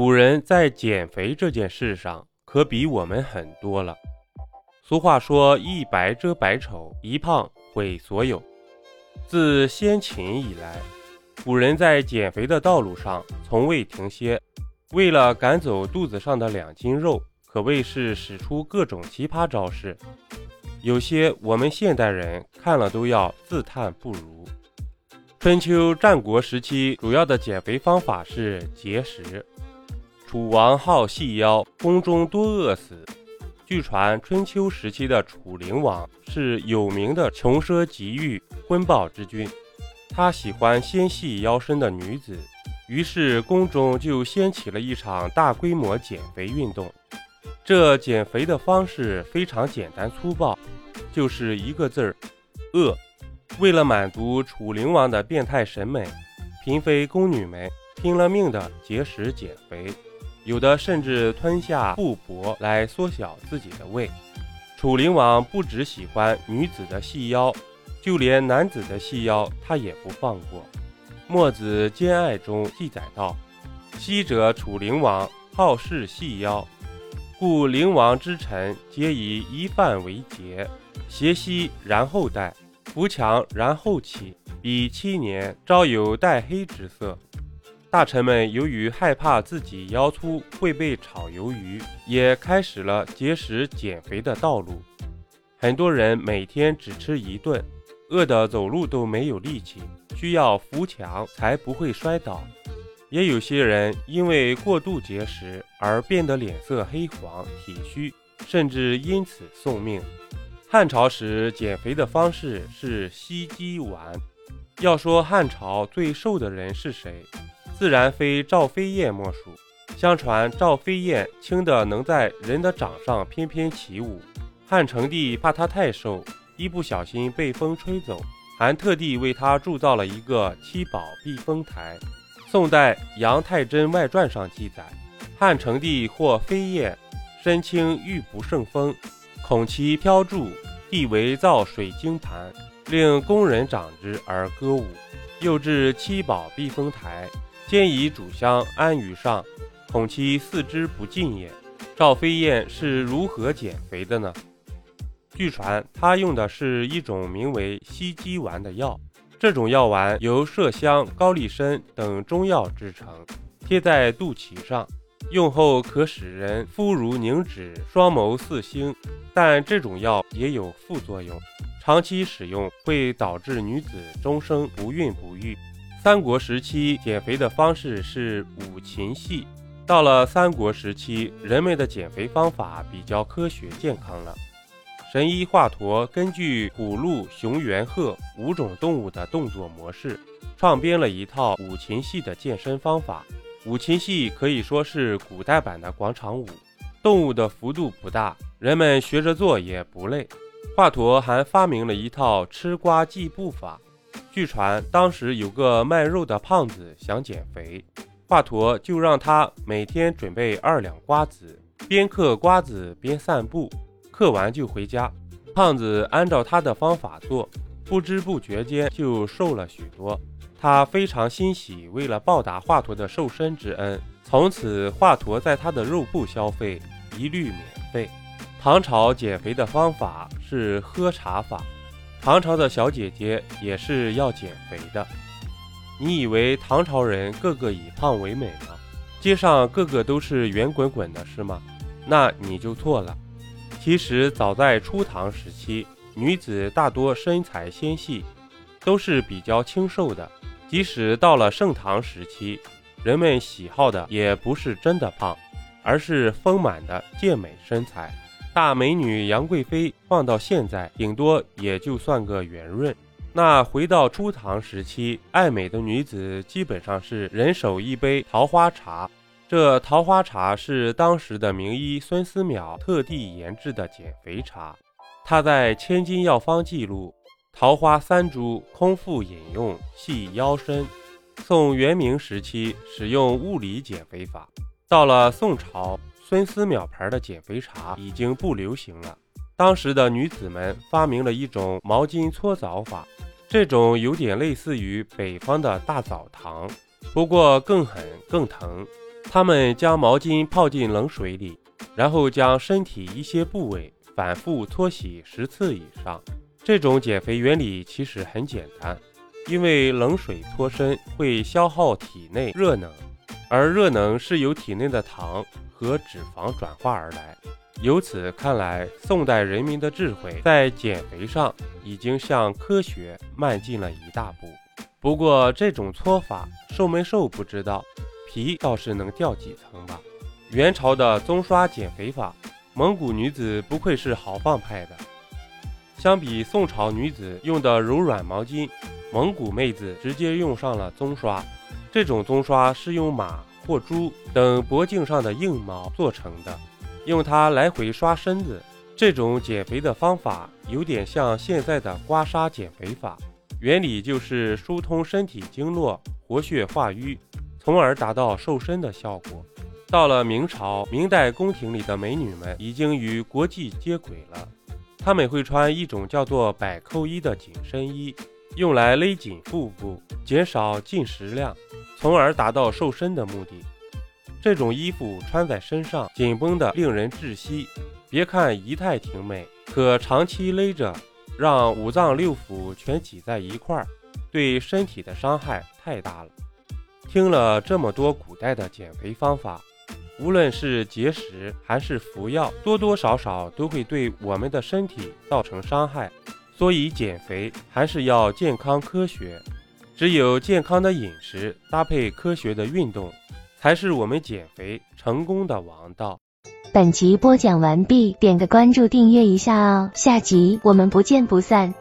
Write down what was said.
古人在减肥这件事上可比我们很多了。俗话说，一白遮百丑，一胖毁所有。自先秦以来，古人在减肥的道路上从未停歇，为了赶走肚子上的2斤肉，可谓是使出各种奇葩招式，有些我们现代人看了都要自叹不如。春秋战国时期主要的减肥方法是节食。楚王好细腰，宫中多饿死。据传春秋时期的楚灵王是有名的穷奢极欲、昏暴之君，他喜欢纤细腰身的女子，于是宫中就掀起了一场大规模减肥运动。这减肥的方式非常简单粗暴，就是一个字儿：饿。为了满足楚灵王的变态审美，嫔妃宫女们拼了命的节食减肥，有的甚至吞下布帛来缩小自己的胃。楚灵王不只喜欢女子的细腰，就连男子的细腰他也不放过。墨子兼爱中记载道：昔者楚灵王好视细腰，故灵王之臣皆以一饭为节，挟膝然后带，扶墙然后起，彼7年，朝有带黑之色。大臣们由于害怕自己腰粗会被炒鱿鱼，也开始了节食减肥的道路。很多人每天只吃1顿，饿得走路都没有力气，需要扶墙才不会摔倒。也有些人因为过度节食而变得脸色黑黄、体虚，甚至因此送命。汉朝时减肥的方式是吸鸡丸。要说汉朝最瘦的人是谁，自然非赵飞燕莫属。相传赵飞燕轻得能在人的掌上翩翩起舞，汉成帝怕他太瘦，一不小心被风吹走，还特地为他铸造了一个7宝避风台。宋代杨太真外传上记载，汉成帝获飞燕，身轻欲不胜风，恐其飘住，帝为造水晶盘，令工人掌之而歌舞。又置7宝避风台，兼以主香安于上，恐其四肢不尽也。赵飞燕是如何减肥的呢？据传他用的是一种名为吸鸡丸的药，这种药丸由麝香、高丽参等中药制成，贴在肚脐上，用后可使人肤如凝脂，双眸似星。但这种药也有副作用，长期使用会导致女子终生不孕不育。三国时期减肥的方式是五禽戏，到了三国时期，人们的减肥方法比较科学健康了。神医华佗根据虎、鹿、熊、猿、鹤5种动物的动作模式，创编了一套五禽戏的健身方法。五禽戏可以说是古代版的广场舞，动物的幅度不大，人们学着做也不累。华佗还发明了一套吃瓜记步法。据传当时有个卖肉的胖子想减肥，华佗就让他每天准备2两瓜子，边嗑瓜子边散步，嗑完就回家。胖子按照他的方法做，不知不觉间就瘦了许多。他非常欣喜，为了报答华佗的瘦身之恩，从此华佗在他的肉铺消费一律免费。唐朝减肥的方法是喝茶法，唐朝的小姐姐也是要减肥的。你以为唐朝人个个以胖为美吗？街上个个都是圆滚滚的是吗？那你就错了。其实早在初唐时期，女子大多身材纤细，都是比较清瘦的。即使到了盛唐时期，人们喜好的也不是真的胖，而是丰满的健美身材。大美女杨贵妃放到现在顶多也就算个圆润。那回到初唐时期，爱美的女子基本上是人手一杯桃花茶。这桃花茶是当时的名医孙思邈特地研制的减肥茶。他在《千金药方》记录，桃花3株，空腹饮用，系腰身。宋元明时期使用物理减肥法。到了宋朝，孙思邈牌的减肥茶已经不流行了。当时的女子们发明了一种毛巾搓澡法，这种有点类似于北方的大澡堂，不过更狠更疼。 他们将毛巾泡进冷水里，然后将身体一些部位反复搓洗10次以上。这种减肥原理其实很简单，因为冷水搓身会消耗体内热能，而热能是由体内的糖和脂肪转化而来。由此看来，宋代人民的智慧在减肥上已经向科学迈进了一大步。不过这种搓法瘦没瘦不知道，皮倒是能掉几层吧。元朝的棕刷减肥法，蒙古女子不愧是豪放派的。相比宋朝女子用的柔软毛巾，蒙古妹子直接用上了棕刷。这种棕刷是用马或猪等脖颈上的硬毛做成的，用它来回刷身子。这种减肥的方法有点像现在的刮痧减肥法，原理就是疏通身体经络，活血化瘀，从而达到瘦身的效果。到了明朝，明代宫廷里的美女们已经与国际接轨了，她们会穿一种叫做百扣衣的紧身衣，用来勒紧腹部，减少进食量，从而达到瘦身的目的。这种衣服穿在身上紧绷得令人窒息，别看仪态挺美，可长期勒着，让五脏六腑全挤在一块儿，对身体的伤害太大了。听了这么多古代的减肥方法，无论是节食还是服药，多多少少都会对我们的身体造成伤害，所以减肥还是要健康科学。只有健康的饮食搭配科学的运动，才是我们减肥成功的王道。 本集播讲完毕，点个关注订阅一下哦，下集我们不见不散。